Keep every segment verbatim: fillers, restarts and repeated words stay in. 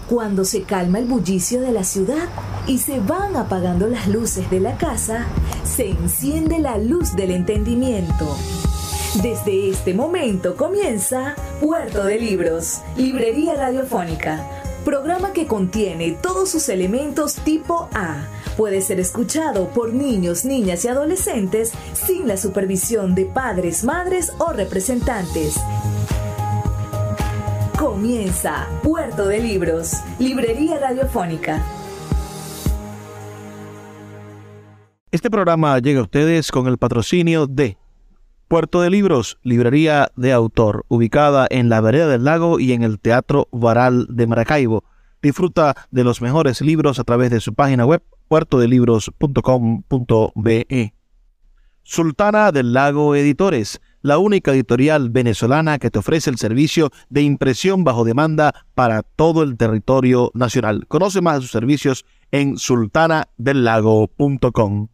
Cuando se calma el bullicio de la ciudad y se van apagando las luces de la casa, se enciende la luz del entendimiento. Desde este momento comienza Puerto de Libros, Librería Radiofónica, programa que contiene todos sus elementos tipo A. Puede ser escuchado por niños, niñas y adolescentes sin la supervisión de padres, madres o representantes. Comienza Puerto de Libros, Librería Radiofónica. Este programa llega a ustedes con el patrocinio de Puerto de Libros, librería de autor, ubicada en la Vereda del Lago y en el Teatro Varal de Maracaibo. Disfruta de los mejores libros a través de su página web, puerto de libros punto com punto be. Sultana del Lago Editores, la única editorial venezolana que te ofrece el servicio de impresión bajo demanda para todo el territorio nacional. Conoce más de sus servicios en sultana del lago punto com.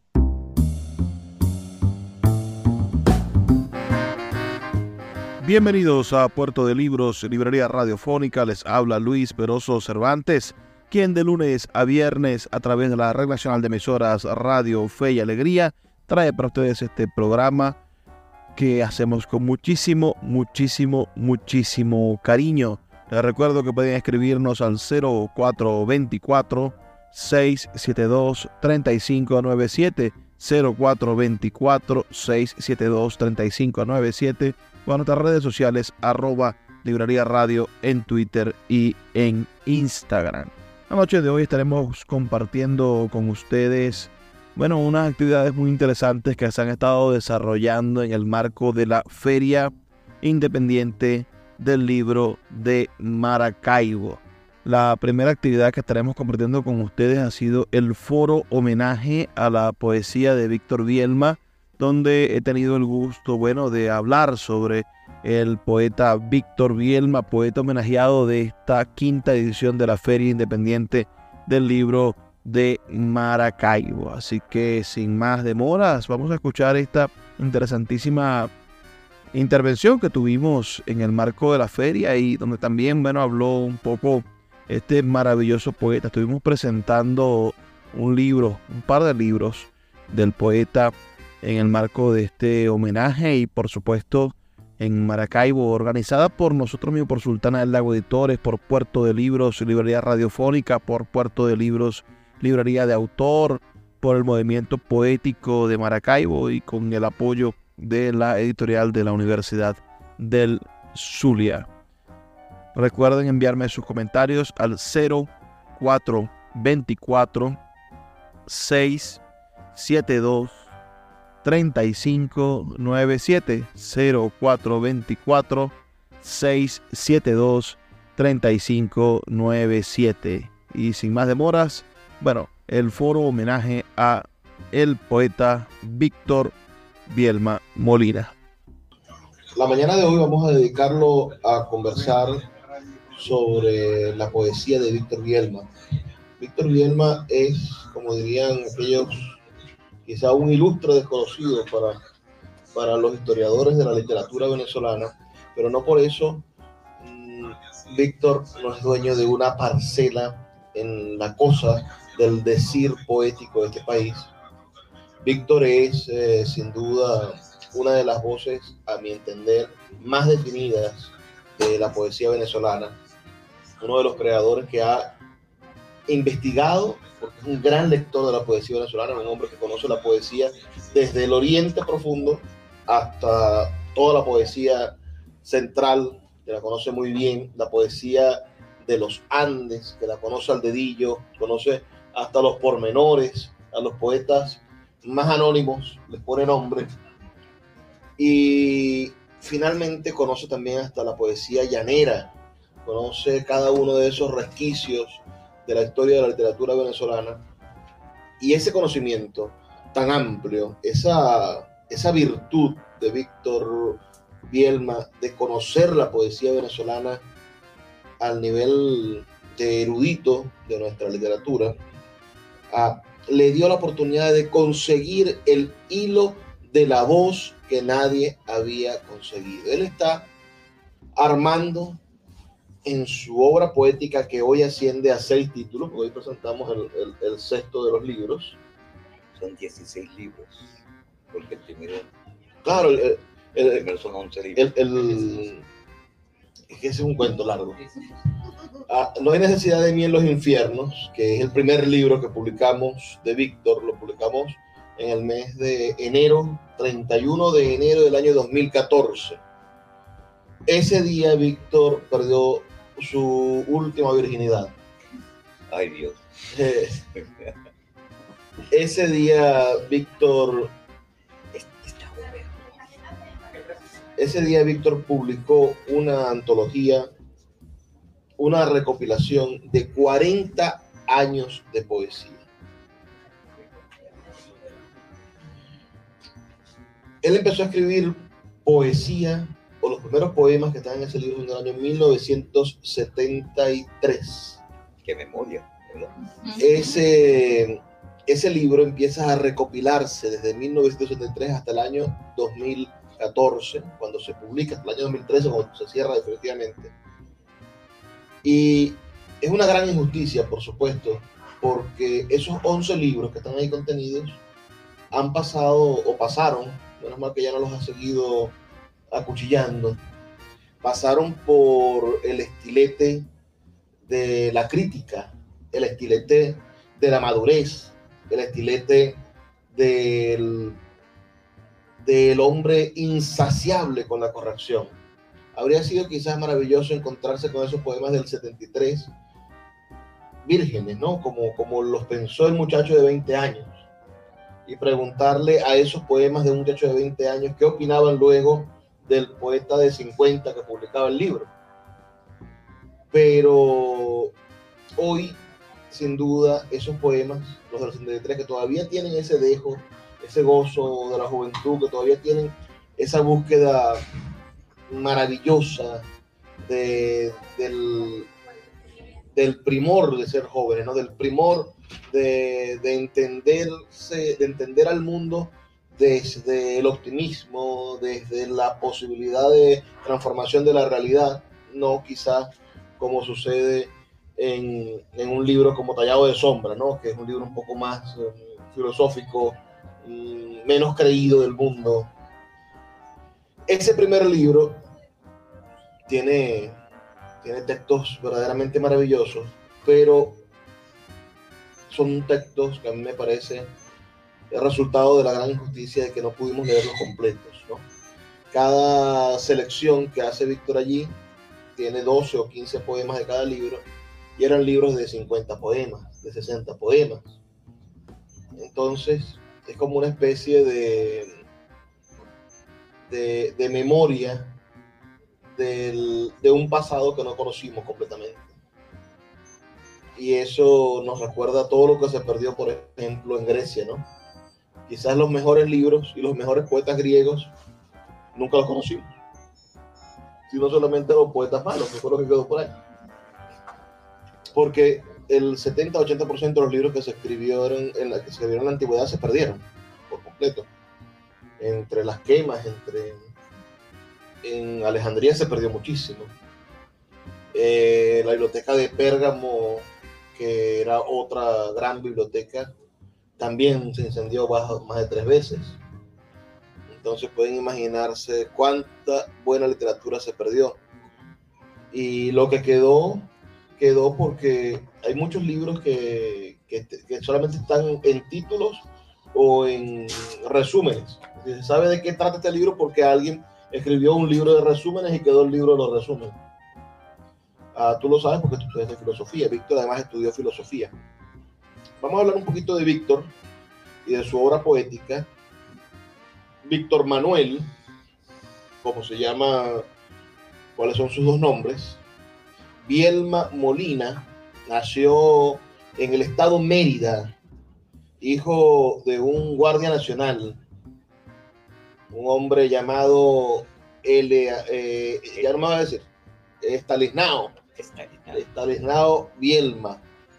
Bienvenidos a Puerto de Libros, Librería Radiofónica. Les habla Luis Peroso Cervantes, quien de lunes a viernes a través de la Red Nacional de Emisoras Radio Fe y Alegría trae para ustedes este programa que hacemos con muchísimo, muchísimo, muchísimo cariño. Les recuerdo que pueden escribirnos al cero cuatro dos cuatro, seis siete dos, tres cinco nueve siete, cero cuatro dos cuatro, seis siete dos, tres cinco nueve siete o a nuestras redes sociales, arroba Librería Radio en Twitter y en Instagram. La noche de hoy estaremos compartiendo con ustedes, bueno, unas actividades muy interesantes que se han estado desarrollando en el marco de la Feria Independiente del Libro de Maracaibo. La primera actividad que estaremos compartiendo con ustedes ha sido el foro homenaje a la poesía de Víctor Bielma, donde he tenido el gusto, bueno, de hablar sobre el poeta Víctor Bielma, poeta homenajeado de esta quinta edición de la Feria Independiente del Libro de Maracaibo. Así que sin más demoras, vamos a escuchar esta interesantísima intervención que tuvimos en el marco de la feria y donde también, bueno, habló un poco este maravilloso poeta. Estuvimos presentando un libro, un par de libros del poeta en el marco de este homenaje y por supuesto en Maracaibo, organizada por nosotros mismos, por Sultana del Lago Editores, por Puerto de Libros, Librería Radiofónica, por Puerto de Libros, Librería de Autor, por el Movimiento Poético de Maracaibo y con el apoyo de la editorial de la Universidad del Zulia. Recuerden enviarme sus comentarios al cero cuatro dos cuatro, seis siete dos, tres cinco nueve siete, cero cuatro dos cuatro, seis siete dos, tres cinco nueve siete. Y sin más demoras, bueno, el foro homenaje a el poeta Víctor Bielma Molina. La mañana de hoy vamos a dedicarlo a conversar sobre la poesía de Víctor Bielma. Víctor Bielma es, como dirían aquellos, quizá un ilustre desconocido para, para los historiadores de la literatura venezolana, pero no por eso mmm, Víctor no es dueño de una parcela en la cosa del decir poético de este país. Víctor es, eh, sin duda, una de las voces, a mi entender, más definidas de la poesía venezolana. Uno de los creadores que ha investigado, porque es un gran lector de la poesía venezolana, un hombre que conoce la poesía desde el oriente profundo hasta toda la poesía central, que la conoce muy bien, la poesía de los Andes, que la conoce al dedillo, conoce hasta los pormenores, a los poetas más anónimos les pone nombre, y finalmente conoce también hasta la poesía llanera, conoce cada uno de esos resquicios de la historia de la literatura venezolana, y ese conocimiento tan amplio, esa, esa virtud de Víctor Bielma de conocer la poesía venezolana al nivel de erudito de nuestra literatura, a, le dio la oportunidad de conseguir el hilo de la voz que nadie había conseguido. Él está armando en su obra poética, que hoy asciende a seis títulos, porque hoy presentamos el, el, el sexto de los libros. Son dieciséis libros, porque el primero... Claro, el, el, el, el primero son once libros. El, el, es que ese es un cuento largo. Ah, no hay necesidad de mí en los infiernos, que es el primer libro que publicamos de Víctor, lo publicamos en el mes de enero, treinta y uno de enero del año dos mil catorce. Ese día Víctor perdió su última virginidad. Ay, Dios. Eh, ese día Víctor ese día Víctor publicó una antología, una recopilación de cuarenta años de poesía. Él empezó a escribir poesía, o los primeros poemas que están en ese libro, en el año mil novecientos setenta y tres. Qué memoria, ¿verdad? Ese, ese libro empieza a recopilarse desde mil novecientos setenta y tres hasta el año dos mil catorce, cuando se publica, hasta el año dos mil trece, cuando se cierra definitivamente. Y es una gran injusticia, por supuesto, porque esos once libros que están ahí contenidos han pasado, o pasaron, menos mal que ya no los ha seguido acuchillando, pasaron por el estilete de la crítica, el estilete de la madurez, el estilete del, del hombre insaciable con la corrección. Habría sido quizás maravilloso encontrarse con esos poemas del setenta y tres, vírgenes, ¿no? Como, como los pensó el muchacho de veinte años, y preguntarle a esos poemas de un muchacho de veinte años qué opinaban luego del poeta de cincuenta que publicaba el libro. Pero hoy, sin duda, esos poemas, los del setenta y tres, que todavía tienen ese dejo, ese gozo de la juventud, que todavía tienen esa búsqueda maravillosa de, del, del primor de ser jóvenes, ¿no? Del primor de, de entenderse, de entender al mundo desde el optimismo, desde la posibilidad de transformación de la realidad, no quizás como sucede en, en un libro como Tallado de Sombra, ¿no? Que es un libro un poco más um, filosófico, um, menos creído del mundo. Ese primer libro tiene, tiene textos verdaderamente maravillosos, pero son textos que a mí me parece el resultado de la gran injusticia de que no pudimos leerlos completos, ¿no? Cada selección que hace Víctor allí tiene doce o quince poemas de cada libro, y eran libros de cincuenta poemas, de sesenta poemas. Entonces es como una especie de, de, de memoria del, de un pasado que no conocimos completamente. Y eso nos recuerda todo lo que se perdió, por ejemplo, en Grecia, ¿no? Quizás los mejores libros y los mejores poetas griegos nunca los conocimos, sino solamente los poetas malos, que fue lo que quedó por ahí. Porque el setenta a ochenta por ciento de los libros que se escribieron en la, que se escribieron en la antigüedad se perdieron por completo. Entre las quemas, entre en Alejandría se perdió muchísimo. Eh, la biblioteca de Pérgamo, que era otra gran biblioteca, también se incendió bajo, más de tres veces. Entonces pueden imaginarse cuánta buena literatura se perdió. Y lo que quedó, quedó porque hay muchos libros que, que, que solamente están en títulos o en resúmenes. Se sabe de qué trata este libro porque alguien escribió un libro de resúmenes y quedó el libro de los resúmenes. Ah, tú lo sabes porque tú estudiaste filosofía. Víctor además estudió filosofía. Vamos a hablar un poquito de Víctor y de su obra poética. Víctor Manuel, como se llama, cuáles son sus dos nombres, Vielma Molina, nació en el estado Mérida, hijo de un guardia nacional, un hombre llamado, L, eh, ya no me va a decir, Estanislao, Estanislao Vielma,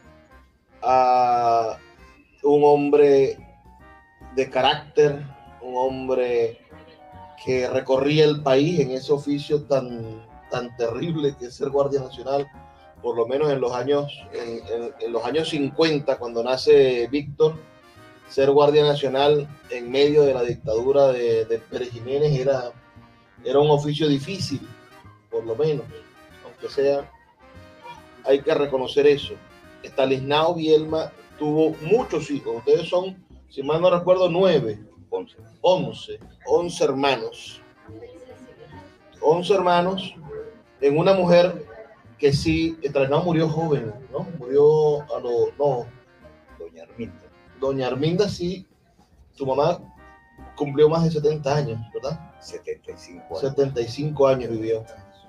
uh, un hombre de carácter, un hombre que recorría el país en ese oficio tan, tan terrible que es ser guardia nacional, por lo menos en los años, en, en, en los años cincuenta, cuando nace Víctor, ser guardia nacional en medio de la dictadura de, de Pérez Jiménez era, era un oficio difícil, por lo menos, aunque sea, hay que reconocer eso. Estanislao Bielma tuvo muchos hijos, ustedes son, si mal no recuerdo, nueve, once, once, once hermanos, once hermanos, en una mujer que sí, Estanislao murió joven, ¿no? Murió a los, no, Doña Arminda. Doña Arminda sí, su mamá cumplió más de setenta años, ¿verdad? setenta y cinco años. setenta y cinco años vivió.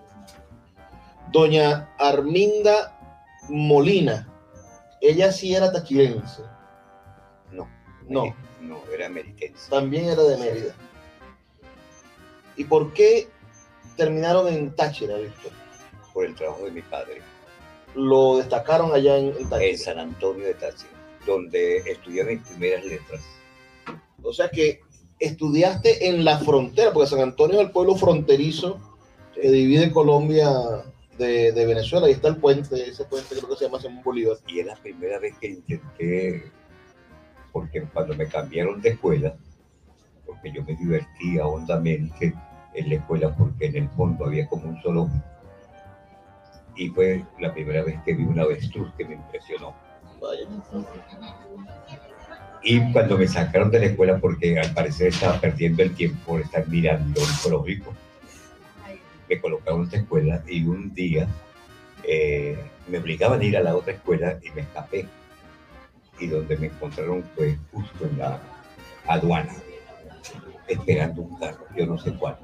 Doña Arminda Molina, ella sí era tachirense. No, no, no, era meritense. También era de Mérida. ¿Y por qué terminaron en Táchira, Víctor? Por el trabajo de mi padre. Lo destacaron allá en, en Táchira. En San Antonio de Táchira, donde estudié mis primeras letras. O sea que estudiaste en la frontera, porque San Antonio es el pueblo fronterizo que divide Colombia de, de Venezuela. Ahí está el puente, ese puente creo que se llama Simón Bolívar. Y es la primera vez que intenté, porque cuando me cambiaron de escuela, porque yo me divertía hondamente en la escuela, porque en el fondo había como un solo, y fue la primera vez que vi una avestruz que me impresionó. Vaya. Y cuando me sacaron de la escuela, porque al parecer estaba perdiendo el tiempo por estar mirando el zoológico, me colocaron en esta escuela y un día eh, me obligaban a ir a la otra escuela y me escapé. Y donde me encontraron fue justo en la aduana, esperando un carro, yo no sé cuál.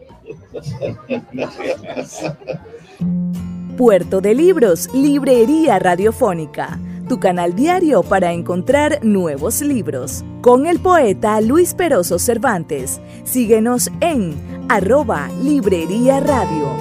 Puerto de Libros, Librería Radiofónica, tu canal diario para encontrar nuevos libros. Con el poeta Luis Peroso Cervantes. Síguenos en arroba Librería Radio.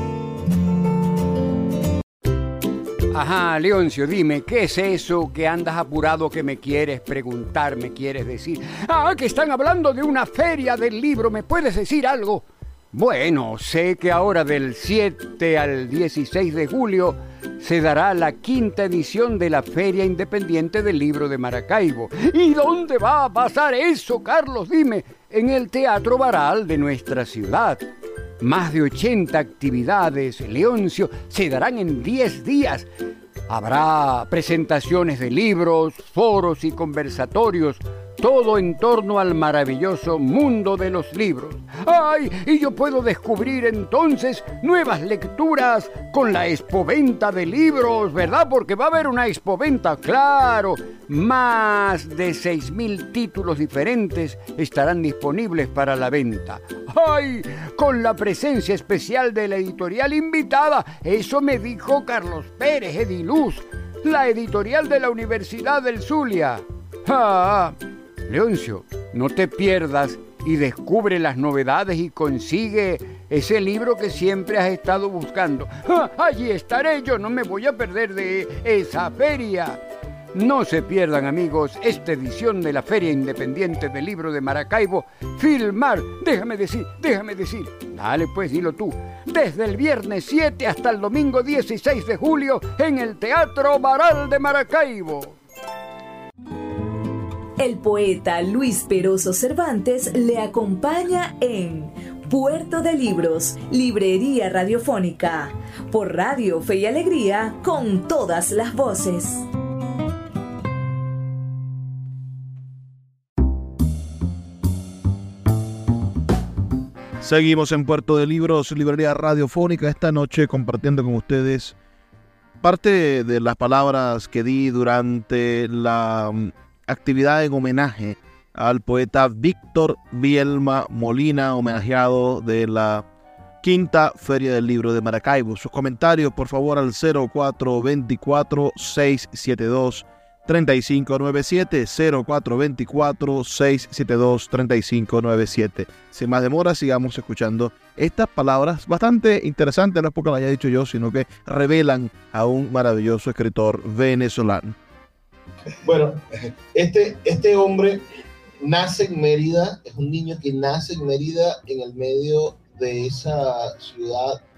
Ajá, Leoncio, dime, ¿qué es eso que andas apurado que me quieres preguntar, me quieres decir? Ah, que están hablando de una feria del libro, ¿me puedes decir algo? Bueno, sé que ahora del siete al dieciséis de julio se dará la quinta edición de la Feria Independiente del Libro de Maracaibo. ¿Y dónde va a pasar eso, Carlos? Dime, en el Teatro Baral de nuestra ciudad. Más de ochenta actividades, Leoncio, se darán en diez días. Habrá presentaciones de libros, foros y conversatorios, todo en torno al maravilloso mundo de los libros. ¡Ay! Y yo puedo descubrir entonces nuevas lecturas con la expoventa de libros, ¿verdad? Porque va a haber una expoventa, claro. Más de seis mil títulos diferentes estarán disponibles para la venta. ¡Ay! Con la presencia especial de la editorial invitada, eso me dijo Carlos Pérez Ediluz, la editorial de la Universidad del Zulia. ¡Ah! Leoncio, no te pierdas y descubre las novedades y consigue ese libro que siempre has estado buscando. ¡Ah! Allí estaré, yo no me voy a perder de esa feria. No se pierdan, amigos, esta edición de la Feria Independiente del Libro de Maracaibo. Filmar, déjame decir, déjame decir. Dale pues, dilo tú. Desde el viernes siete hasta el domingo dieciséis de julio en el Teatro Baral de Maracaibo. El poeta Luis Peroso Cervantes le acompaña en Puerto de Libros, Librería Radiofónica, por Radio Fe y Alegría, con todas las voces. Seguimos en Puerto de Libros, Librería Radiofónica, esta noche compartiendo con ustedes parte de las palabras que di durante la actividad en homenaje al poeta Víctor Bielma Molina, homenajeado de la quinta Feria del Libro de Maracaibo. Sus comentarios, por favor, al cero cuatro dos cuatro, seis siete dos, tres cinco nueve siete, cero cuatro dos cuatro, seis siete dos, tres cinco nueve siete. Sin más demora, sigamos escuchando estas palabras bastante interesantes, no es porque lo haya dicho yo, sino que revelan a un maravilloso escritor venezolano. Bueno, este, este hombre nace en Mérida, es un niño que nace en Mérida en el medio de esa ciudad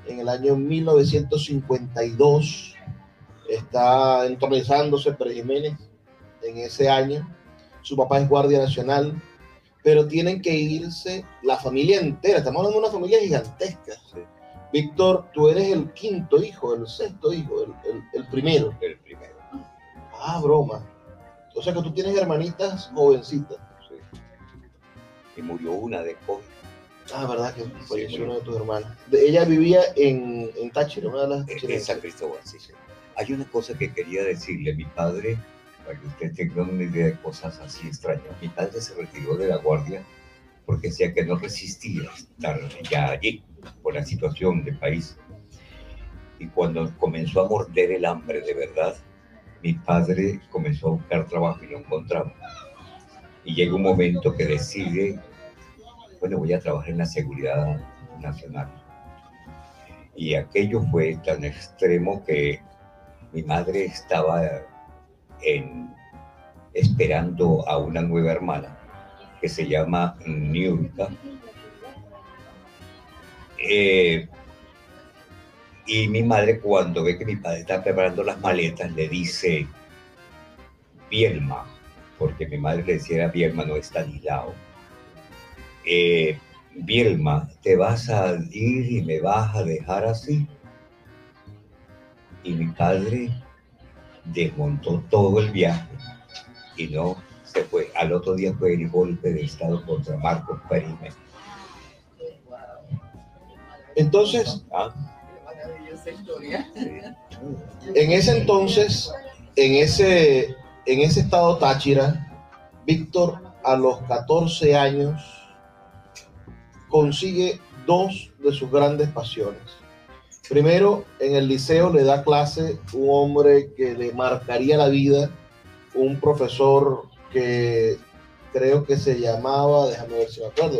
en el año mil novecientos cincuenta y dos. Está entronizándose Pérez Jiménez en ese año. Su papá es guardia nacional, pero tienen que irse la familia entera. Estamos hablando de una familia gigantesca. Sí. Víctor, tú eres el quinto hijo, el sexto hijo, el, el, el primero. El primero. Ah, broma. O sea que tú tienes hermanitas jovencitas. Sí. Y murió una de COVID. Ah, verdad que falleció Sí, una de tus hermanas. De, ella vivía en, en Táchira, una de las En chilenas. San Cristóbal, sí, sí. Hay una cosa que quería decirle. Mi padre, para que usted tenga una idea de cosas así extrañas, mi padre se retiró de la guardia porque decía que no resistía estar ya allí por la situación del país. Y cuando comenzó a morder el hambre de verdad, mi padre comenzó a buscar trabajo y no encontraba. Y llega un momento que decide, bueno, voy a trabajar en la seguridad nacional. Y aquello fue tan extremo que mi madre estaba en, esperando a una nueva hermana que se llama Niurka. Eh, y mi madre, cuando ve que mi padre está preparando las maletas, le dice Bielma, porque mi madre le decía Bielma, no Estanislao. Eh, Bielma, ¿te vas a ir y me vas a dejar así? Y mi padre desmontó todo el viaje y no se fue. Al otro día fue el golpe de Estado contra Marcos Pérez Jiménez. Entonces, ¿Ah? Sí. en ese entonces, en ese, en ese estado Táchira, Víctor a los catorce años consigue dos de sus grandes pasiones. Primero, en el liceo le da clase un hombre que le marcaría la vida, un profesor que creo que se llamaba, déjame ver si me acuerdo,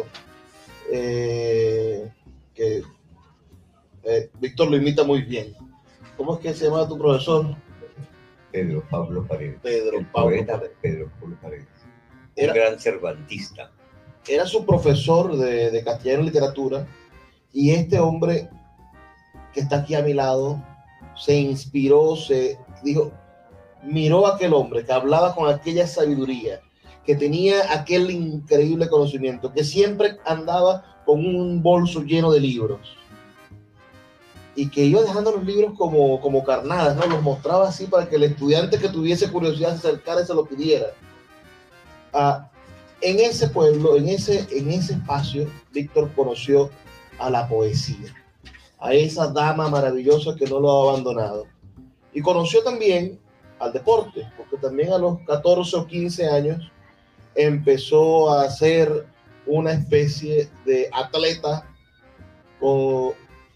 eh, que eh, Víctor lo imita muy bien. ¿Cómo es que se llama tu profesor? Pedro Pablo Paredes. Pedro el Pablo poeta Paredes. Pedro Pablo Paredes. Era- Un gran cervantista. Era su profesor de, de castellano y literatura, y este hombre que está aquí a mi lado se inspiró, se dijo, miró a aquel hombre que hablaba con aquella sabiduría, que tenía aquel increíble conocimiento, que siempre andaba con un bolso lleno de libros y que iba dejando los libros como, como carnadas, ¿no? Los mostraba así para que el estudiante que tuviese curiosidad se acercara y se lo pidiera. Ah, en ese pueblo, en ese, en ese espacio, Víctor conoció a la poesía, a esa dama maravillosa que no lo ha abandonado. Y conoció también al deporte, porque también a los catorce o quince años empezó a ser una especie de atleta con,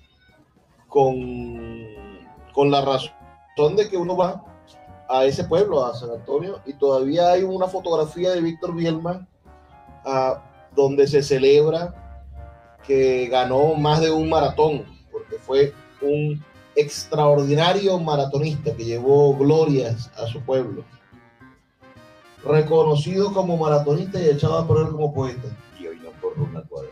con, con la razón de que uno va a ese pueblo, a San Antonio, y todavía hay una fotografía de Víctor Bielma uh, donde se celebra que ganó más de un maratón, porque fue un extraordinario maratonista que llevó glorias a su pueblo, reconocido como maratonista y echado a correr como poeta. Y hoy no corro una cuadra.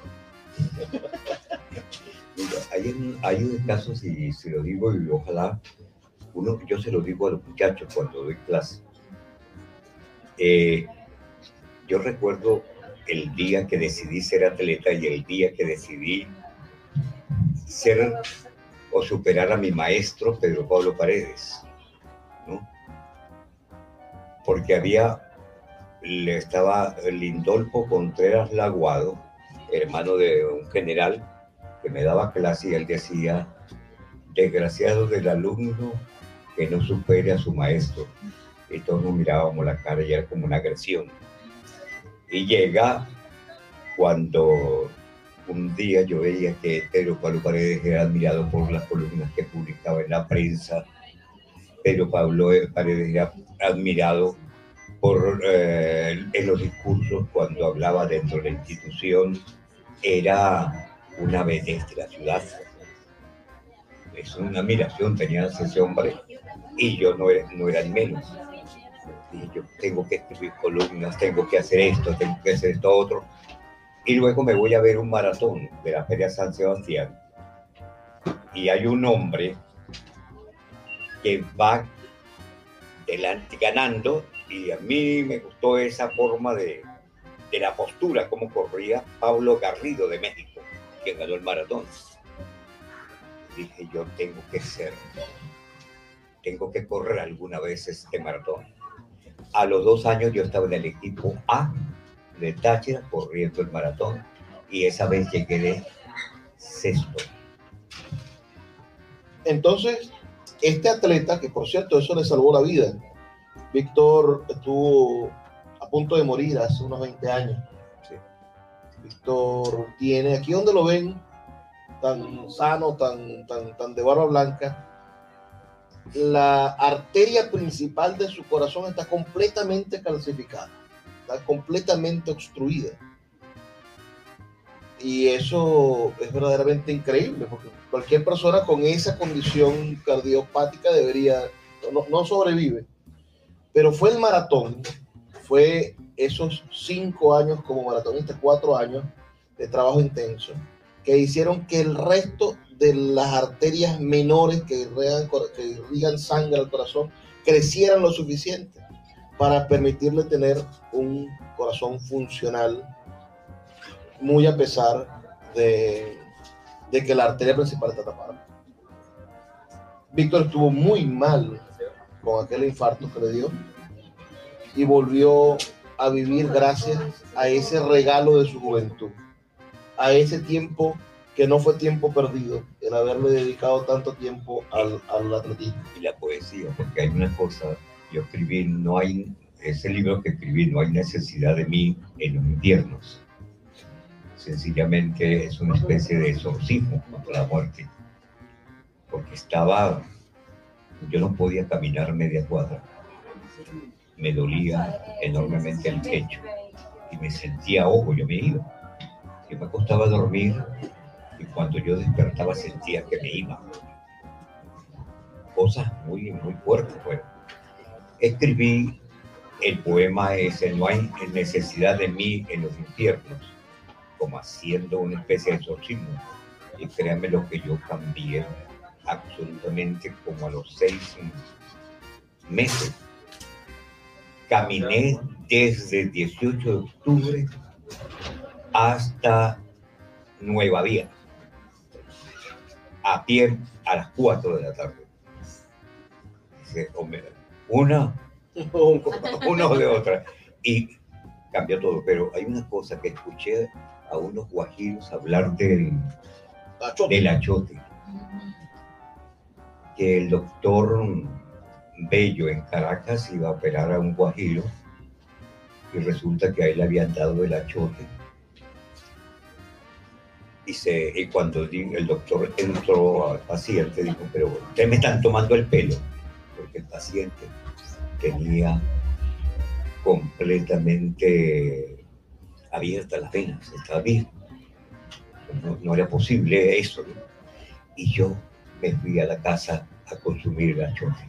Mira, hay, un, hay un caso, si, si lo digo, y ojalá, uno, yo se lo digo a los muchachos cuando doy clase. Eh, yo recuerdo el día que decidí ser atleta y el día que decidí ser o superar a mi maestro Pedro Pablo Paredes, ¿no? Porque había, le estaba Lindolfo Contreras Laguado, hermano de un general que me daba clase, y él decía, desgraciado del alumno que no supere a su maestro. Y todos nos mirábamos la cara y era como una agresión. Y llega cuando un día yo veía que Pedro Pablo Paredes era admirado por las columnas que publicaba en la prensa. Pedro Pablo Paredes era admirado por eh, en los discursos cuando hablaba dentro de la institución. Era una vedette de la ciudad. Es una admiración tenía ese hombre, y yo no era, no era el menos. Y yo tengo que escribir columnas, tengo que hacer esto, tengo que hacer esto otro. Y luego me voy a ver un maratón de la Feria San Sebastián. y hay un hombre que va delante ganando, y a mí me gustó esa forma de, de la postura, como corría Pablo Garrido de México, quien ganó el maratón. Dije, yo tengo que ser, tengo que correr alguna vez este maratón. A los dos años yo estaba en el equipo A de Táchira corriendo el maratón, y esa vez llegué de sexto. Entonces, este atleta, que por cierto eso le salvó la vida, Víctor estuvo a punto de morir hace unos veinte años. Sí. Víctor tiene, aquí donde lo ven, tan sano, tan, tan, tan de barba blanca, la arteria principal de su corazón está completamente calcificada, está completamente obstruida. Y eso es verdaderamente increíble, porque cualquier persona con esa condición cardiopática debería, no, no sobrevive. Pero fue el maratón, fue esos cinco años como maratonista, cuatro años de trabajo intenso, que hicieron que el resto de las arterias menores que irrigan, que irrigan sangre al corazón crecieran lo suficiente para permitirle tener un corazón funcional, muy a pesar de, de que la arteria principal está tapada. Víctor estuvo muy mal con aquel infarto que le dio y volvió a vivir gracias a ese regalo de su juventud, a ese tiempo que no fue tiempo perdido, el haberle dedicado tanto tiempo al, al atletismo. Y la poesía, porque hay una cosa, yo escribí, no hay, ese libro que escribí, no hay necesidad de mí en los inviernos. Sencillamente es una especie de exorcismo contra la muerte, porque estaba, yo no podía caminar media cuadra, me dolía enormemente el pecho y me sentía ahogo, yo me iba, yo me acostaba a dormir y cuando yo despertaba sentía que me iba, cosas muy, muy fuertes. Bueno, escribí el poema ese, no hay necesidad de mí en los infiernos, como haciendo una especie de exorcismo, y créanme lo que yo cambié absolutamente como a los seis meses. Caminé desde el dieciocho de octubre hasta Nueva Vía, a pie a las cuatro de la tarde. Dice, hombre, una, una o de otra, y cambió todo. Pero hay una cosa que escuché a unos guajiros hablar del, del achote, que el doctor Bello en Caracas iba a operar a un guajiro y resulta que a él le habían dado el achote. Y, se, y cuando el doctor entró al paciente, dijo, pero ustedes me están tomando el pelo, porque el paciente tenía completamente abiertas las venas, estaba bien. No, no era posible eso, ¿no? Y yo me fui a la casa a consumir el achote.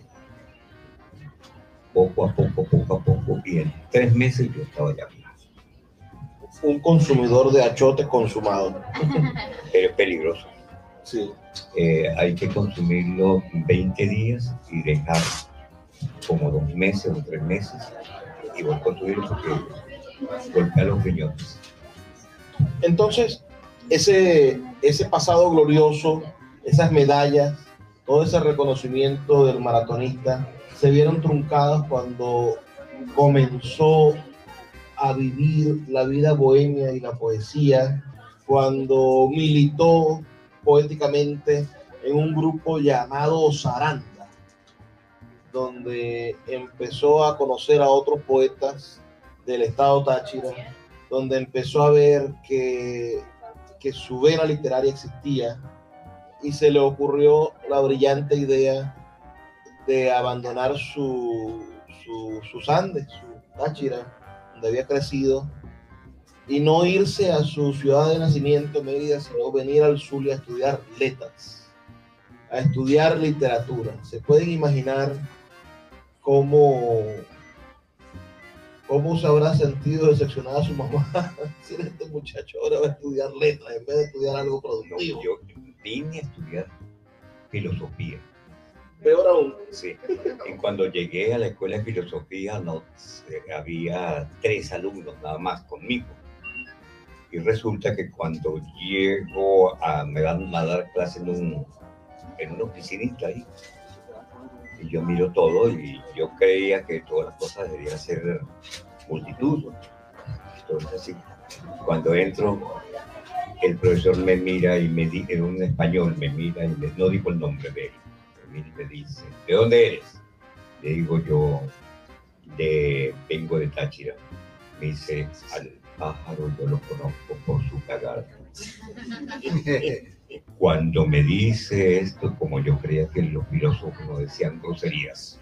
Poco a poco, poco a poco, y en tres meses yo estaba ya bien. Un consumidor de achote consumado. Pero es peligroso. Sí. Eh, hay que consumirlo veinte días y dejar como dos meses o tres meses y volver a consumirlo porque golpea los riñones. Entonces, ese, ese pasado glorioso, esas medallas, todo ese reconocimiento del maratonista, se vieron truncados cuando comenzó a vivir la vida bohemia y la poesía, cuando militó poéticamente en un grupo llamado Saranda, donde empezó a conocer a otros poetas del estado Táchira, donde empezó a ver que, que su vena literaria existía y se le ocurrió la brillante idea de abandonar su, su, sus Andes, su Táchira, donde había crecido, y no irse a su ciudad de nacimiento, Mérida, sino venir al Zulia a estudiar letras, a estudiar literatura. Se pueden imaginar cómo, cómo se habrá sentido decepcionada su mamá si este muchacho ahora va a estudiar letras en vez de estudiar algo productivo. No, yo vine a estudiar filosofía. Peor aún. Sí. Y cuando llegué a la escuela de filosofía, no, había tres alumnos nada más conmigo. Y resulta que cuando llego a, me van a dar clase en, un, en una oficinita ahí, y yo miro todo y yo creía que todas las cosas debían ser multitud. Entonces, así, cuando entro, el profesor me mira y me dice, en un español, me mira y me, no dijo el nombre de él, me mira y me dice, ¿de dónde eres? Le digo yo, de, vengo de Táchira. Me dice, al pájaro yo lo conozco por su cagada. Cuando me dice esto, como yo creía que los filósofos no decían groserías,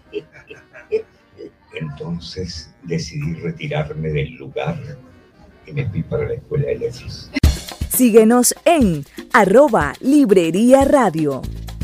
entonces decidí retirarme del lugar y me fui para la escuela de letras. Síguenos en arroba Librería Radio.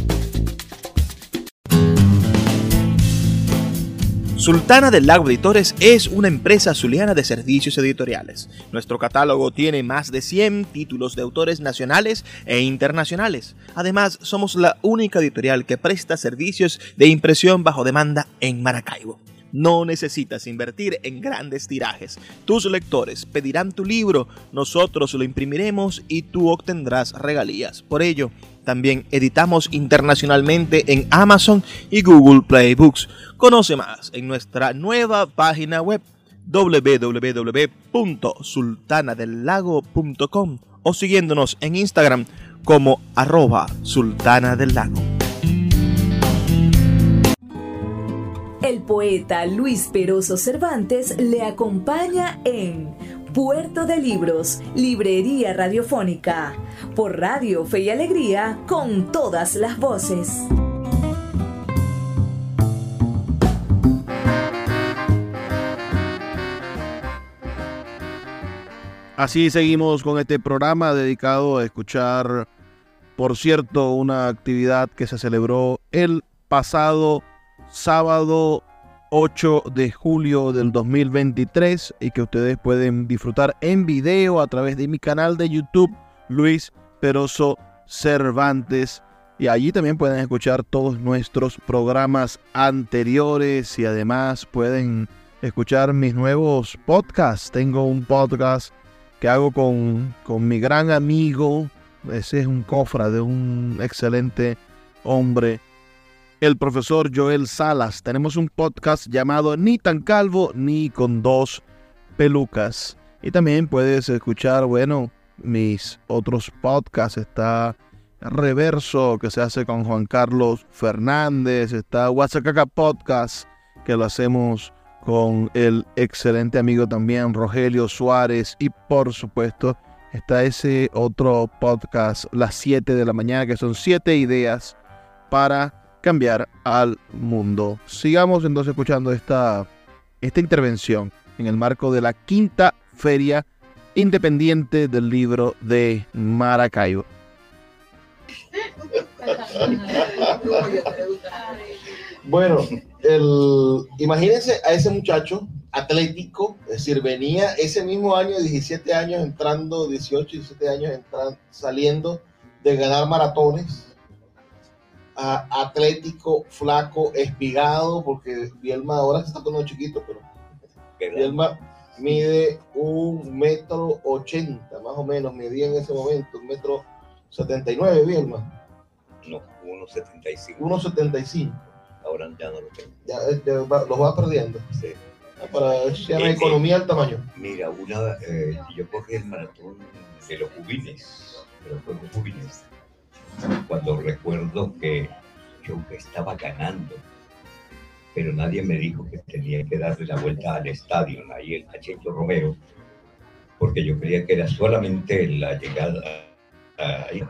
Sultana del Lago Editores es una empresa zuliana de servicios editoriales. Nuestro catálogo tiene más de cien títulos de autores nacionales e internacionales. Además, somos la única editorial que presta servicios de impresión bajo demanda en Maracaibo. No necesitas invertir en grandes tirajes. Tus lectores pedirán tu libro, nosotros lo imprimiremos y tú obtendrás regalías. Por ello, también editamos internacionalmente en Amazon y Google Play Books. Conoce más en nuestra nueva página web doble u doble u doble u punto sultana del lago punto com o siguiéndonos en Instagram como arroba sultana del lago. El poeta Luis Peroso Cervantes le acompaña en Puerto de Libros, Librería Radiofónica, por Radio Fe y Alegría, con todas las voces. Así seguimos con este programa dedicado a escuchar, por cierto, una actividad que se celebró el pasado sábado ocho de julio del dos mil veintitrés y que ustedes pueden disfrutar en video a través de mi canal de YouTube, Luis Peroso Cervantes. Y allí también pueden escuchar todos nuestros programas anteriores y además pueden escuchar mis nuevos podcasts. Tengo un podcast que hago con, con mi gran amigo, ese es un cofra de un excelente hombre, el profesor Joel Salas. Tenemos un podcast llamado Ni tan calvo ni con dos pelucas. Y también puedes escuchar, bueno, mis otros podcasts. Está Reverso, que se hace con Juan Carlos Fernández. Está Guasacaca Podcast, que lo hacemos con el excelente amigo también Rogelio Suárez. Y por supuesto está ese otro podcast, las siete de la mañana, que son siete ideas para cambiar al mundo. Sigamos entonces escuchando esta, esta intervención en el marco de la quinta Feria Independiente del Libro de Maracaibo. Bueno, el, imagínense a ese muchacho atlético, es decir, venía ese mismo año, diecisiete años entrando, dieciocho, diecisiete años entrando, saliendo de ganar maratones. Uh, atlético, flaco, espigado, porque Bielma ahora se está poniendo chiquito, pero Bielma mide un metro ochenta, más o menos, medía en ese momento, un metro setenta y nueve, Bielma. No, uno setenta y cinco. uno setenta y cinco. Ahora ya no lo tengo. Ya, ya va, los va perdiendo. Sí. Para se llama eh, economía del tamaño. Mira, una, eh, yo corrí el maratón de los juveniles, de los Juegos Juveniles, cuando recuerdo que yo estaba ganando, pero nadie me dijo que tenía que darle la vuelta al estadio, ahí el Cachecho Romero, porque yo creía que era solamente la llegada ahí.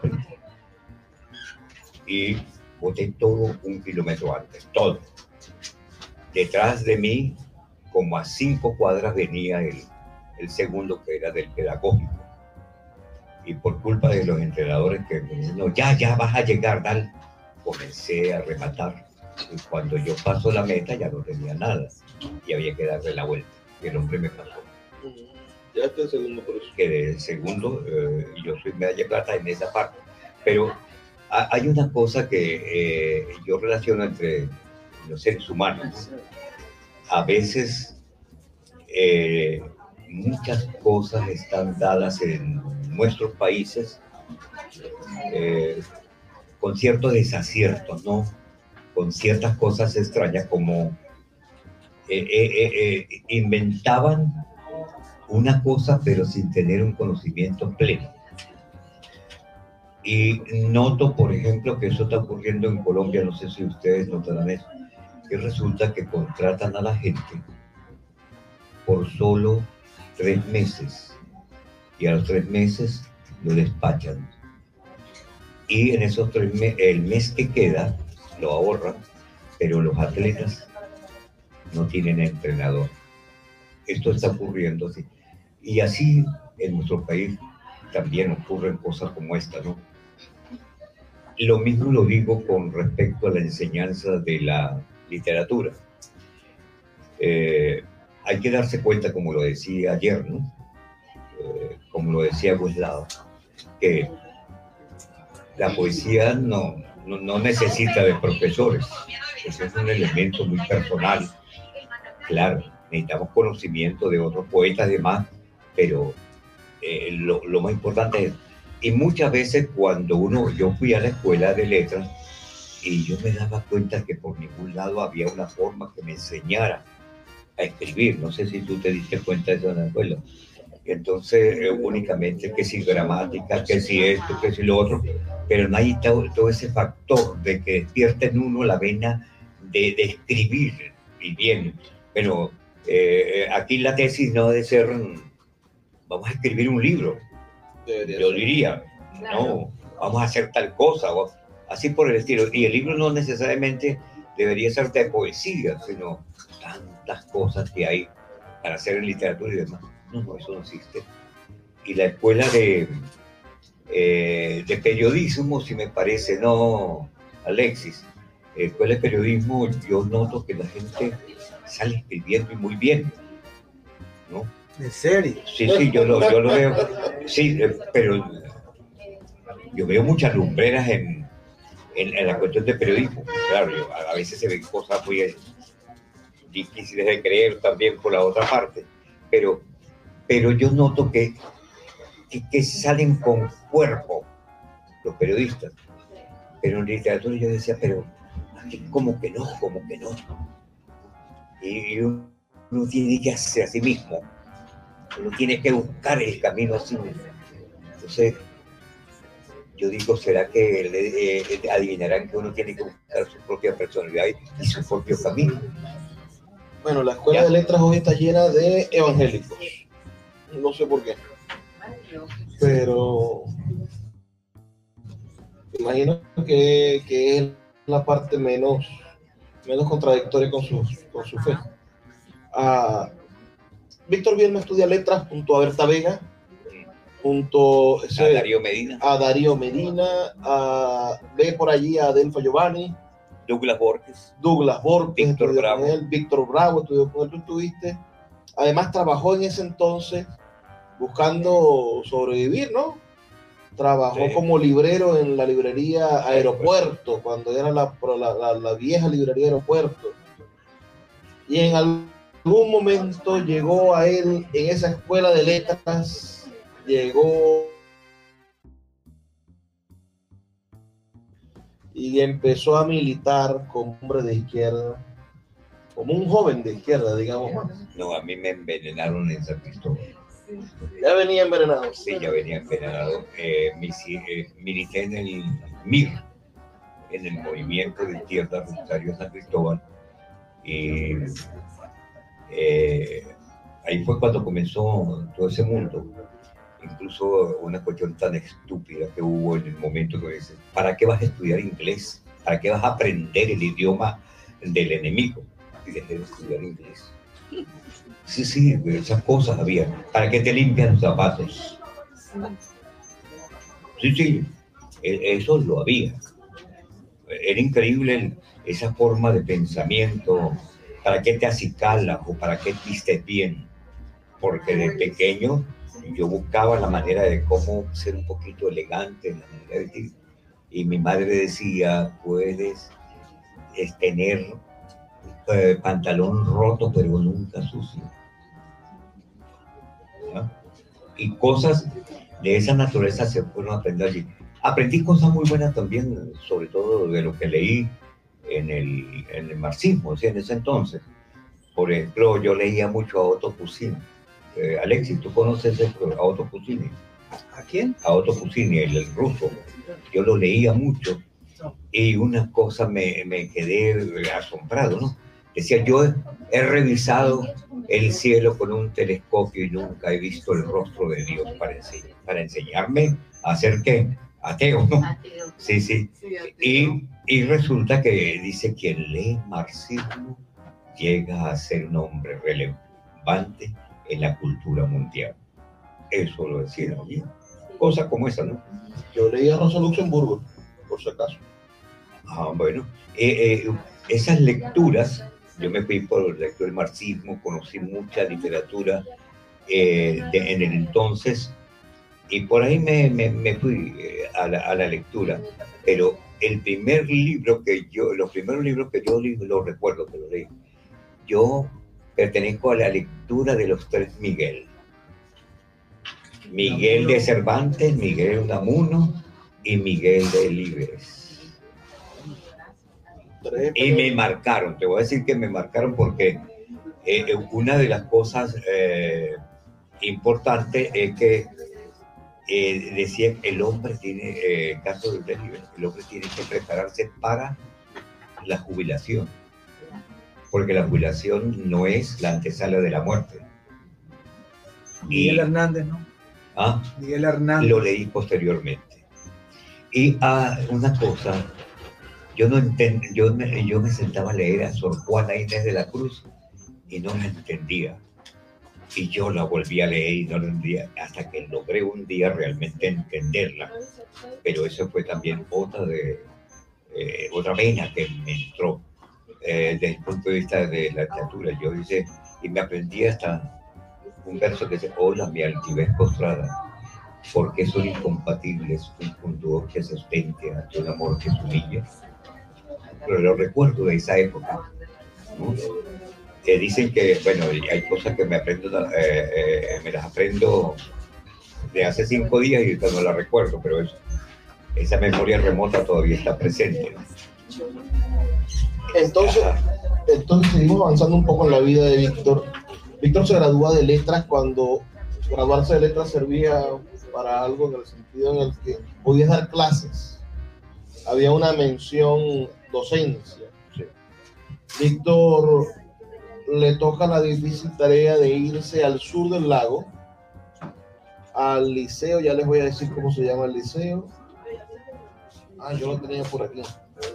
Y boté todo un kilómetro antes, todo. Detrás de mí, como a cinco cuadras, venía el, el segundo, que era del pedagógico. Y por culpa de los entrenadores que me decían, no, ya, ya vas a llegar, dale. Comencé a rematar. Y cuando yo paso la meta ya no tenía nada. Y había que darle la vuelta. Y el hombre me pasó. Ya está el segundo por eso. Quedé el segundo, eh, y yo soy medalla de plata en esa parte. Pero hay una cosa que eh, yo relaciono entre los seres humanos. A veces eh, muchas cosas están dadas en nuestros países eh, con ciertos desaciertos, ¿no? Con ciertas cosas extrañas como eh, eh, eh, eh, inventaban una cosa pero sin tener un conocimiento pleno. Y noto, por ejemplo, que eso está ocurriendo en Colombia, no sé si ustedes notarán eso, que resulta que contratan a la gente por solo tres meses y a los tres meses lo despachan. Y en esos tres meses, el mes que queda, lo ahorran, pero los atletas no tienen entrenador. Esto está ocurriendo así. Y así en nuestro país también ocurren cosas como esta, ¿no? Lo mismo lo digo con respecto a la enseñanza de la literatura. Eh, hay que darse cuenta, como lo decía ayer, ¿no? Eh, como lo decía Guslao, que la poesía no, no, no necesita de profesores, eso es un elemento muy personal. Claro, necesitamos conocimiento de otros poetas y demás, pero eh, lo, lo más importante es, y muchas veces cuando uno, yo fui a la escuela de letras y yo me daba cuenta que por ningún lado había una forma que me enseñara a escribir, no sé si tú te diste cuenta de eso en la escuela. Entonces, eh, únicamente que si gramática, que si esto, que si lo otro, pero no hay todo, todo ese factor de que despierta en uno la vena de, de escribir y bien. Pero eh, aquí la tesis no debe ser, vamos a escribir un libro, Debería yo ser. diría, claro. No, vamos a hacer tal cosa, o así por el estilo. Y el libro no necesariamente debería ser de poesía, sino tantas cosas que hay para hacer en literatura y demás. No, no, eso no existe. Y la escuela de, eh, de periodismo, si me parece, no, Alexis, la escuela de periodismo, yo noto que la gente sale escribiendo y muy bien, ¿no? ¿En serio? Sí, sí, yo lo, yo lo veo, sí, pero yo veo muchas lumbreras en, en, en la cuestión de periodismo. Claro, yo, a, a veces se ven cosas muy difíciles de creer también por la otra parte, pero pero yo noto que, que, que salen con cuerpo los periodistas. Pero en literatura yo decía, pero aquí como que no, como que no. Y uno, uno tiene que hacer a sí mismo. Uno tiene que buscar el camino a sí mismo. Entonces, yo digo, ¿será que le, eh, adivinarán que uno tiene que buscar su propia personalidad y su propio camino? Bueno, la escuela ¿Ya? de letras hoy está llena de evangélicos. No sé por qué, pero imagino que, que es la parte menos, menos contradictoria con su, con su fe. Uh, Víctor Bielma estudia letras junto a Berta Vega, junto ese, a Darío Medina, a Darío Medina, a, ve por allí a Adelfa Giovanni, Douglas Borges, Douglas Borges, Víctor Bravo. Él, Víctor Bravo estudió con él, tú estuviste. Además trabajó en ese entonces buscando sobrevivir, ¿no? Trabajó sí. como librero en la librería Aeropuerto, cuando era la, la, la, la vieja librería Aeropuerto. Y en algún momento llegó a él, en esa escuela de letras, llegó y empezó a militar como hombre de izquierda, como un joven de izquierda, digamos más. No, a mí me envenenaron en San Cristóbal. Ya venía envenenado. Sí, ya venía envenenado. Eh, eh, milité en el M I R, en el Movimiento de Izquierda Rosario San Cristóbal. Y eh, ahí fue cuando comenzó todo ese mundo. Incluso una cuestión tan estúpida que hubo en el momento que dice, ¿para qué vas a estudiar inglés? ¿Para qué vas a aprender el idioma del enemigo? Y dejé de estudiar inglés. Sí, sí, esas cosas había. ¿Para qué te limpian los zapatos? Sí, sí, eso lo había. Era increíble esa forma de pensamiento. ¿Para qué te acicalas o para qué vistes bien? Porque de pequeño yo buscaba la manera de cómo ser un poquito elegante en la manera de vestir. Y mi madre decía, puedes es, tener eh, pantalón roto, pero nunca sucio. ¿No? Y cosas de esa naturaleza se fueron aprendiendo allí. Aprendí cosas muy buenas también, sobre todo de lo que leí en el, en el marxismo, o sea, en ese entonces. Por ejemplo, yo leía mucho a Otto Puccini. Eh, Alexis, ¿tú conoces a Otto Puccini? ¿A quién? A Otto Puccini, el, el ruso. Yo lo leía mucho y una cosa me, me quedé asombrado, ¿no? Decía, yo he, he revisado el cielo con un telescopio y nunca he visto el rostro de Dios para, ense para enseñarme a hacer ¿qué? Ateo, ¿no? Ateo. Sí, sí. sí y, y resulta que dice, quien lee marxismo llega a ser un hombre relevante en la cultura mundial. Eso lo decía allí. Cosas como esa, ¿no? Yo leía a Rosa Luxemburgo, por si acaso. Ah, bueno. Eh, eh, esas lecturas, yo me fui por la lectura del marxismo, conocí mucha literatura eh, de, en el entonces, y por ahí me, me, me fui eh, a, la, a la lectura. Pero el primer libro que yo, los primeros libros que yo li, los recuerdo que los leí, yo pertenezco a la lectura de los tres Miguel. Miguel de Cervantes, Miguel de Unamuno y Miguel de Delibes. Y me marcaron, te voy a decir que me marcaron porque eh, una de las cosas eh, importantes es que eh, decía que el hombre tiene, eh, en caso de Delibes, el hombre tiene que prepararse para la jubilación, porque la jubilación no es la antesala de la muerte. Miguel y, Hernández, ¿no? ¿Ah? Miguel Hernández. Lo leí posteriormente. Y ah, una cosa, yo no entendí, yo me, yo me sentaba a leer a Sor Juana Inés de la Cruz y no la entendía. Y yo la volví a leer y no la entendía hasta que logré un día realmente entenderla. Pero eso fue también otra, de, eh, otra vena que me entró eh, desde el punto de vista de la literatura. Yo hice, y me aprendí hasta un verso que dice, hola mi altivez postrada, porque son incompatibles un fundor que se ostente ante un amor que se humilla. Pero lo recuerdo de esa época, ¿no? Que dicen que, bueno, hay cosas que me aprendo, eh, eh, me las aprendo de hace cinco días y ahorita no las recuerdo, pero eso, esa memoria remota todavía está presente. Entonces, entonces seguimos avanzando un poco en la vida de Víctor. Víctor se gradúa de letras cuando graduarse de letras servía para algo en el sentido en el que podías dar clases. Había una mención docencia. Sí. Víctor le toca la difícil tarea de irse al sur del lago, al liceo, ya les voy a decir cómo se llama el liceo. Ah, yo lo tenía por aquí.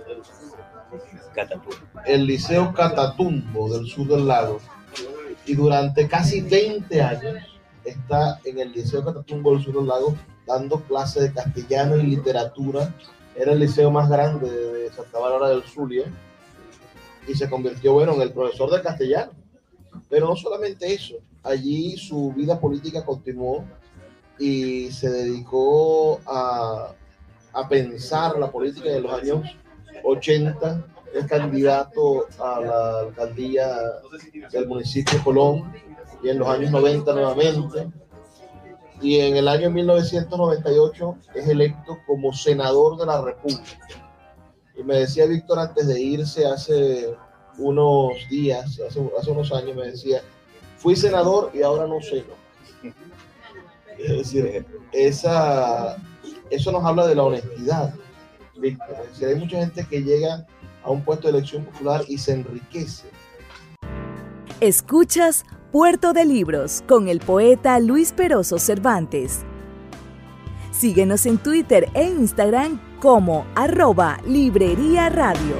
El Liceo Catatumbo del sur del lago. Y durante casi veinte años está en el Liceo Catatumbo del sur del lago dando clases de castellano y literatura. Era el liceo más grande de Santa Bárbara del Zulia y se convirtió, bueno, en el profesor de castellano. Pero no solamente eso, allí su vida política continuó y se dedicó a, a pensar la política de los años ochenta. Es candidato a la alcaldía del municipio de Colón y en los años noventa nuevamente. Y en el año mil novecientos noventa y ocho es electo como senador de la República. Y me decía Víctor antes de irse hace unos días, hace, hace unos años, me decía, fui senador y ahora no sé, ¿no? Es decir, esa, eso nos habla de la honestidad, Víctor. Es decir, hay mucha gente que llega a un puesto de elección popular y se enriquece. Escuchas Puerto de Libros con el poeta Luis Peroso Cervantes. Síguenos en Twitter e Instagram como arroba Librería Radio.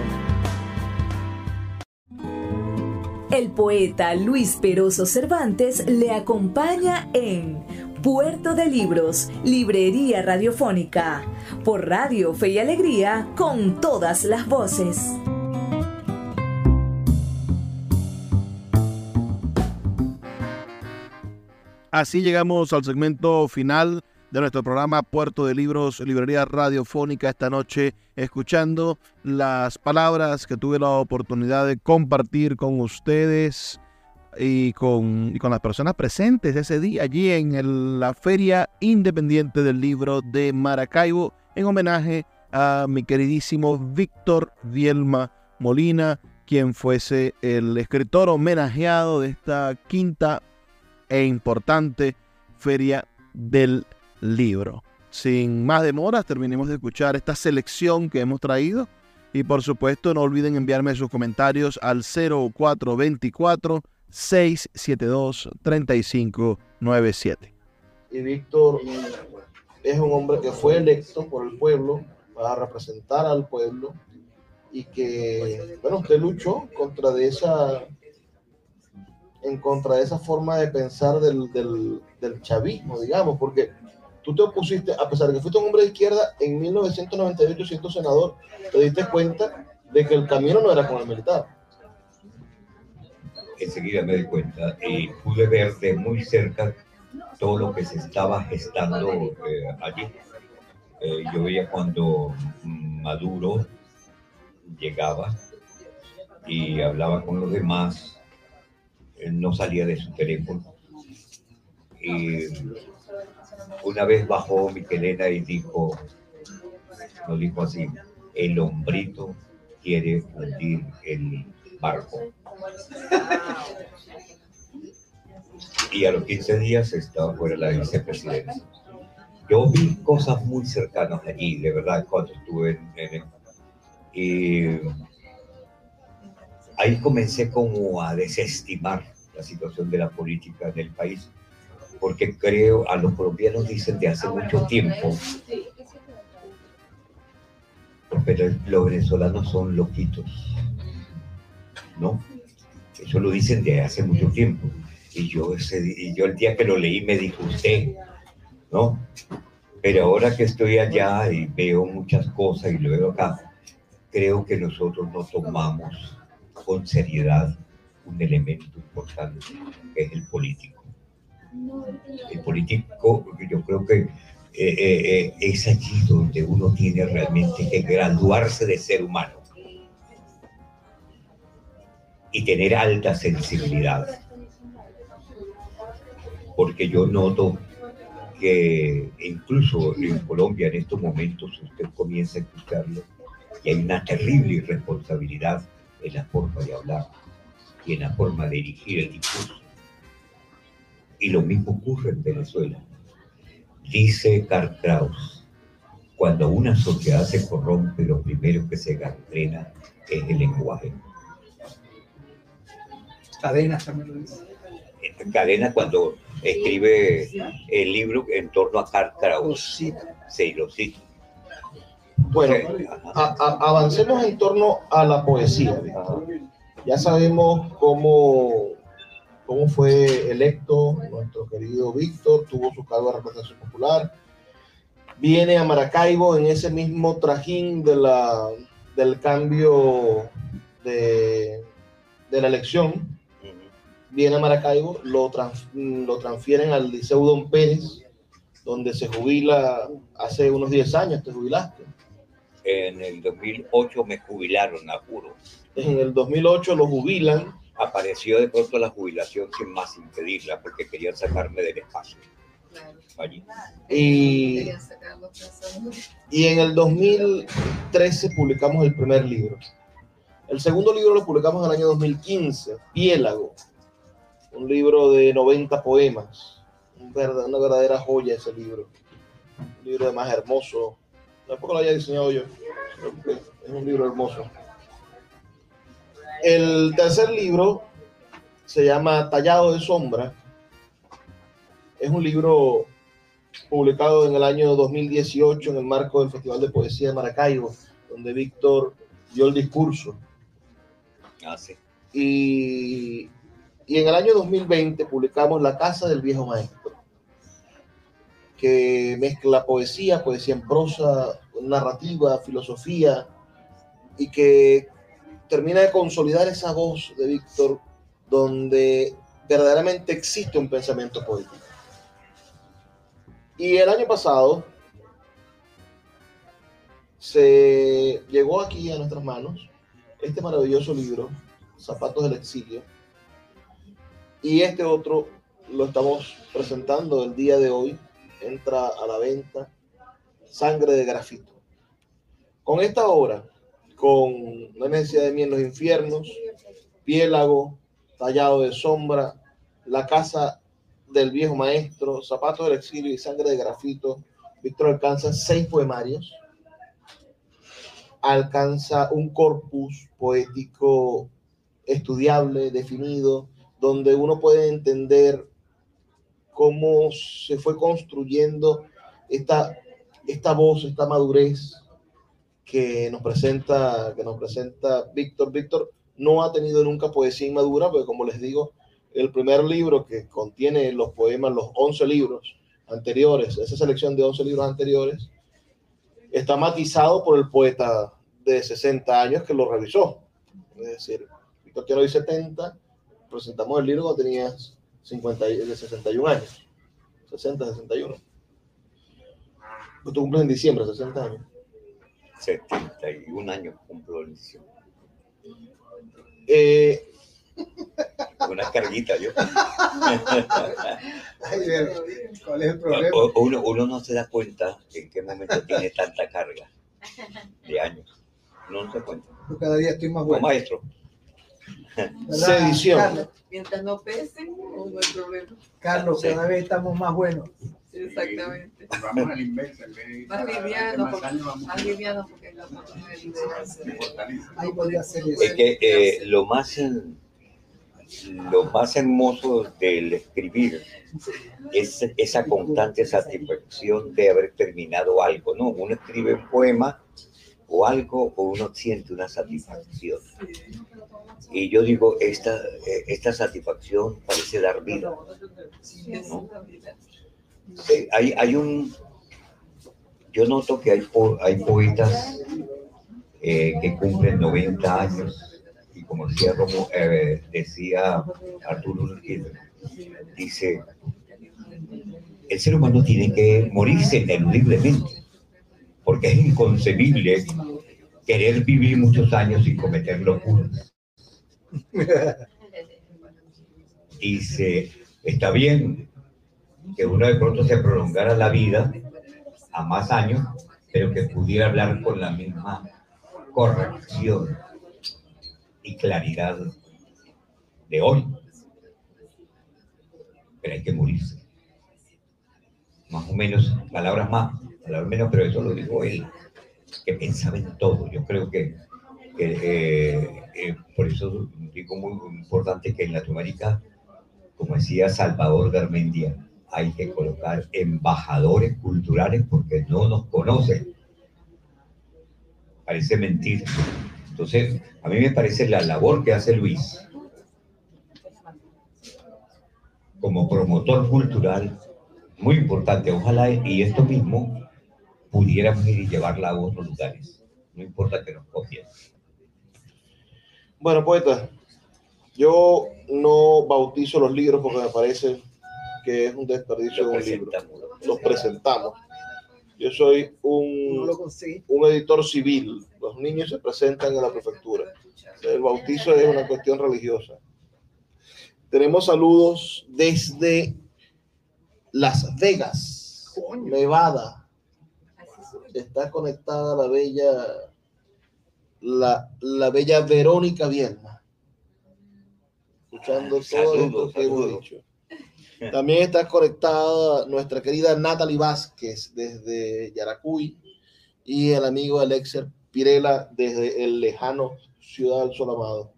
El poeta Luis Peroso Cervantes le acompaña en Puerto de Libros, Librería Radiofónica, por Radio Fe y Alegría, con todas las voces. Así llegamos al segmento final de nuestro programa Puerto de Libros, Librería Radiofónica, esta noche escuchando las palabras que tuve la oportunidad de compartir con ustedes y con, y con las personas presentes ese día allí en el, la Feria Independiente del Libro de Maracaibo, en homenaje a mi queridísimo Víctor Vielma Molina, quien fuese el escritor homenajeado de esta quinta e importante Feria del Libro. Sin más demoras, terminemos de escuchar esta selección que hemos traído y por supuesto no olviden enviarme sus comentarios al cero cuatro dos cuatro, seis siete dos, tres cinco nueve siete. Y Víctor es un hombre que fue electo por el pueblo para representar al pueblo y que, bueno, usted luchó contra de esa en contra de esa forma de pensar del, del, del chavismo, digamos, porque tú te opusiste, a pesar de que fuiste un hombre de izquierda, en mil novecientos noventa y ocho, siendo senador, te diste cuenta de que el camino no era con el militar. Enseguida me di cuenta y pude ver de muy cerca todo lo que se estaba gestando eh, allí. Eh, yo veía cuando Maduro llegaba y hablaba con los demás, él no salía de su teléfono. Y una vez bajó Michelena y dijo, lo dijo así, el hombrito quiere hundir el barco. Y a los quince días estaba fuera de la vicepresidencia. Yo vi cosas muy cercanas allí, de verdad, cuando estuve en, en y ahí comencé como a desestimar la situación de la política del país, porque creo, a los colombianos dicen de hace mucho tiempo, pero los venezolanos son loquitos, ¿no? Eso lo dicen de hace mucho tiempo. Y yo, ese, y yo el día que lo leí me dijo usted, ¿no? Pero ahora que estoy allá y veo muchas cosas y lo veo acá, creo que nosotros no tomamos con seriedad un elemento importante, que es el político. El político, yo creo que eh, eh, es allí donde uno tiene realmente que graduarse de ser humano y tener alta sensibilidad. Porque yo noto que incluso en Colombia en estos momentos usted comienza a escucharlo y hay una terrible irresponsabilidad en la forma de hablar y en la forma de dirigir el discurso. Y lo mismo ocurre en Venezuela. Dice Karl Kraus, cuando una sociedad se corrompe, lo primero que se gangrena es el lenguaje. Cadenas también lo dice. Cadena cuando escribe el libro en torno a Karl Kraus. Sí. Sí, lo cito. Bueno, a, a, avancemos en torno a la poesía. Ya sabemos cómo, cómo fue electo nuestro querido Víctor, tuvo su cargo de representación popular, viene a Maracaibo en ese mismo trajín de la, del cambio de, de la elección. Viene a Maracaibo, lo, trans, lo transfieren al Liceo Don Pérez, donde se jubila hace unos diez años. ¿Te jubilaste? En el dos mil ocho me jubilaron, a juro. En el dos mil ocho lo jubilan. Apareció de pronto la jubilación sin más impedirla, porque querían sacarme del espacio. Allí. Y, y en el dos mil trece publicamos el primer libro. El segundo libro lo publicamos en el año dos mil quince, Piélago. Un libro de noventa poemas, un verdad, una verdadera joya ese libro, un libro de más hermoso, tampoco lo haya diseñado yo, es un libro hermoso. El tercer libro se llama Tallado de Sombra, es un libro publicado en el año dos mil dieciocho en el marco del Festival de Poesía de Maracaibo, donde Víctor dio el discurso. Ah, sí. Y Y en el año dos mil veinte publicamos La Casa del Viejo Maestro, que mezcla poesía, poesía en prosa, narrativa, filosofía, y que termina de consolidar esa voz de Víctor, donde verdaderamente existe un pensamiento poético. Y el año pasado se llegó aquí a nuestras manos este maravilloso libro, Zapatos del Exilio, y este otro lo estamos presentando el día de hoy. Entra a la venta, Sangre de Grafito. Con esta obra, con La necesidad de mí en los infiernos, Piélago, Tallado de sombra, La casa del viejo maestro, Zapatos del Exilio y Sangre de Grafito, Víctor alcanza seis poemarios, alcanza un corpus poético estudiable, definido, donde uno puede entender cómo se fue construyendo esta, esta voz, esta madurez que nos presenta, que nos presenta Víctor. Víctor no ha tenido nunca poesía inmadura, porque como les digo, el primer libro que contiene los poemas, los once libros anteriores, esa selección de once libros anteriores, está matizado por el poeta de sesenta años que lo revisó. Es decir, Víctor tiene hoy setenta, presentamos el libro cuando tenías cincuenta, de sesenta y un años, sesenta, sesenta y uno. Tú cumples en diciembre, sesenta años. setenta y un años cumplo en diciembre. Eh, Una carguita yo. Ay, ¿cuál es el problema? Uno, uno no se da cuenta en qué momento tiene tanta carga de años. Uno no se da cuenta. Yo cada día estoy más Como bueno. maestro. Sedición. Carlos, Mientras no pesen, no hay problema. Carlos, Sí. cada vez estamos más buenos. Exactamente. Vamos a la inversa. En vez de Más cada- liviano, más porque, años, vamos más a- liviano porque la forma de liderazgo. se fortalece. Ahí podría ser eso. Es que eh, lo más en- lo más hermoso del escribir es esa constante satisfacción de haber terminado algo, ¿no? Uno escribe un poema o algo o uno siente una satisfacción. Y yo digo, esta, eh, esta satisfacción parece dar vida. Sí, es la vida. Eh, hay, hay un... Yo noto que hay, po- hay poetas eh, que cumplen noventa años y como decía, Romo, eh, decía Arturo Urquiza, dice, el ser humano tiene que morirse ineludiblemente, porque es inconcebible querer vivir muchos años sin cometer locuras. Dice, está bien que uno de pronto se prolongara la vida a más años, pero que pudiera hablar con la misma corrección y claridad de hoy. Pero hay que morirse. Más o menos, palabras más, palabras menos, pero eso lo dijo él, que pensaba en todo. Yo creo que, que eh, eh, por eso digo muy importante que en Latinoamérica, como decía Salvador Garmendia, hay que colocar embajadores culturales porque no nos conocen. Parece mentira. Entonces, a mí me parece la labor que hace Luis como promotor cultural muy importante. Ojalá y esto mismo pudiéramos ir y llevarla a otros lugares. No importa que nos copien. Bueno, poeta, yo no bautizo los libros porque me parece que es un desperdicio Lo de un libro. presentamos. Los presentamos. Yo soy No un, lo conseguí. un editor civil. Los niños se presentan en la prefectura. El bautizo es una cuestión religiosa. Tenemos saludos desde Las Vegas, Nevada. Está conectada la bella, la, la bella Verónica Viedma. Escuchando todo Saludos, esto que hemos saludos. dicho. También está conectada nuestra querida Natalie Vázquez desde Yaracuy y el amigo Alexer Pirela desde el lejano Ciudad del Sol Amado.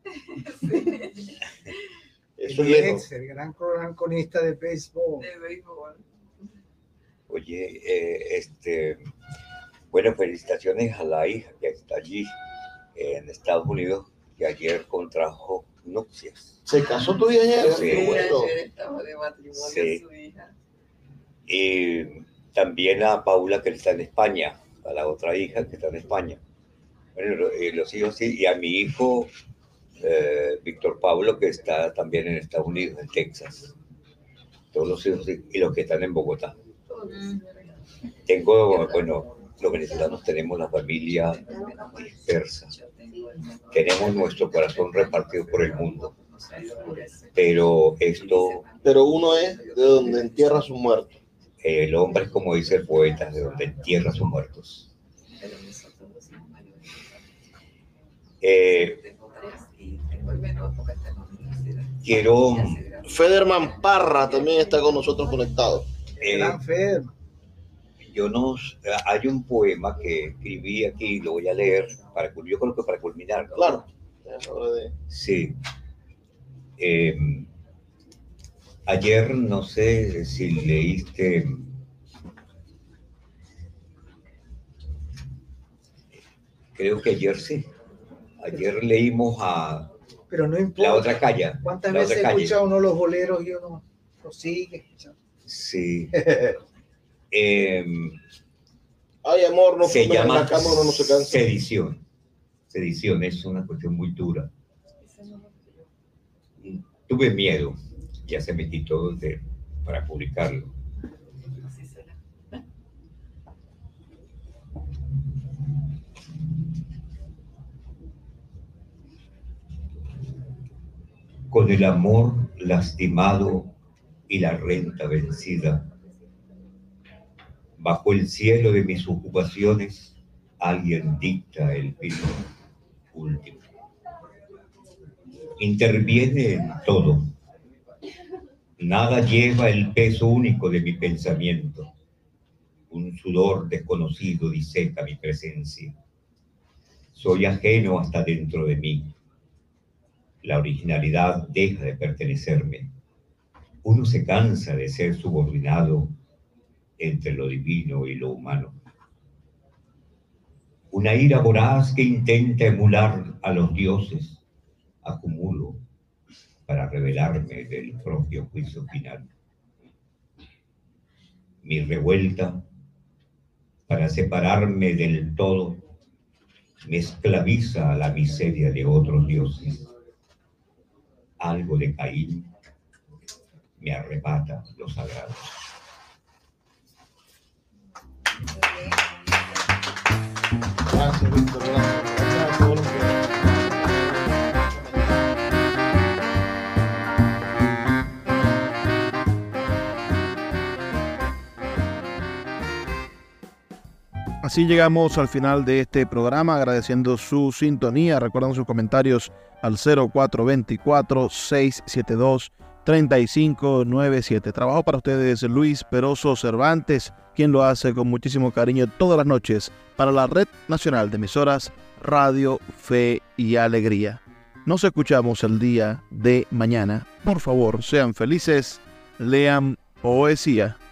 Eso es El lejos. ex, el gran cronista de béisbol. De béisbol. Oye, eh, este, bueno, felicitaciones a la hija que está allí en Estados Unidos, que ayer contrajo nupcias. ¿Se casó tu hija ayer? Sí. Qué Sí, bueno. ayer estaba de matrimonio Sí. su hija. Y también a Paula, que está en España, a la otra hija que está en España. Bueno, lo- eh, los hijos sí, y a mi hijo, eh, Víctor Pablo, que está también en Estados Unidos, en Texas. Todos los hijos sí, y los que están en Bogotá. Tengo, bueno, los venezolanos tenemos la familia dispersa. Tenemos nuestro corazón repartido por el mundo. Pero esto... Pero uno es de donde entierra a sus muertos. El hombre es como dice el poeta, de donde entierra a sus muertos. Eh, quiero... Federman Parra también está con nosotros conectado. eh, Gran Feder. yo no... Hay un poema que escribí aquí, lo voy a leer, para, yo creo que para culminar, ¿no? Claro. Es hora de- Sí. Eh, ayer, no sé si leíste... Creo que ayer sí. Ayer leímos a Pero no importa. La Otra Calle. ¿Cuántas La veces Otra Calle. escucha uno los boleros y uno los sigue escuchando? Sí. Eh, Ay, amor, no se fumes en llama la cama, uno no se cansa. sedición. Sedición es una cuestión muy dura. Tuve miedo, ya se me quitó de, para publicarlo. Con el amor lastimado y la renta vencida, bajo el cielo de mis ocupaciones, alguien dicta el fin último. Interviene en todo. Nada lleva el peso único de mi pensamiento. Un sudor desconocido diseca mi presencia. Soy ajeno hasta dentro de mí. La originalidad deja de pertenecerme. Uno se cansa de ser subordinado entre lo divino y lo humano. Una ira voraz que intenta emular a los dioses, acumulo para revelarme del propio juicio final. Mi revuelta, para separarme del todo, me esclaviza a la miseria de otros dioses. Algo de Caín me arrebata lo sagrado. Gracias, Víctor. Gracias. Gracias a todos los que... Así llegamos al final de este programa, agradeciendo su sintonía. Recuerden sus comentarios al cero cuatro dos cuatro, seis siete dos, tres cinco nueve siete. Trabajo para ustedes Luis Peroso Cervantes, quien lo hace con muchísimo cariño todas las noches para la Red Nacional de Emisoras Radio Fe y Alegría. Nos escuchamos el día de mañana. Por favor, sean felices, lean poesía.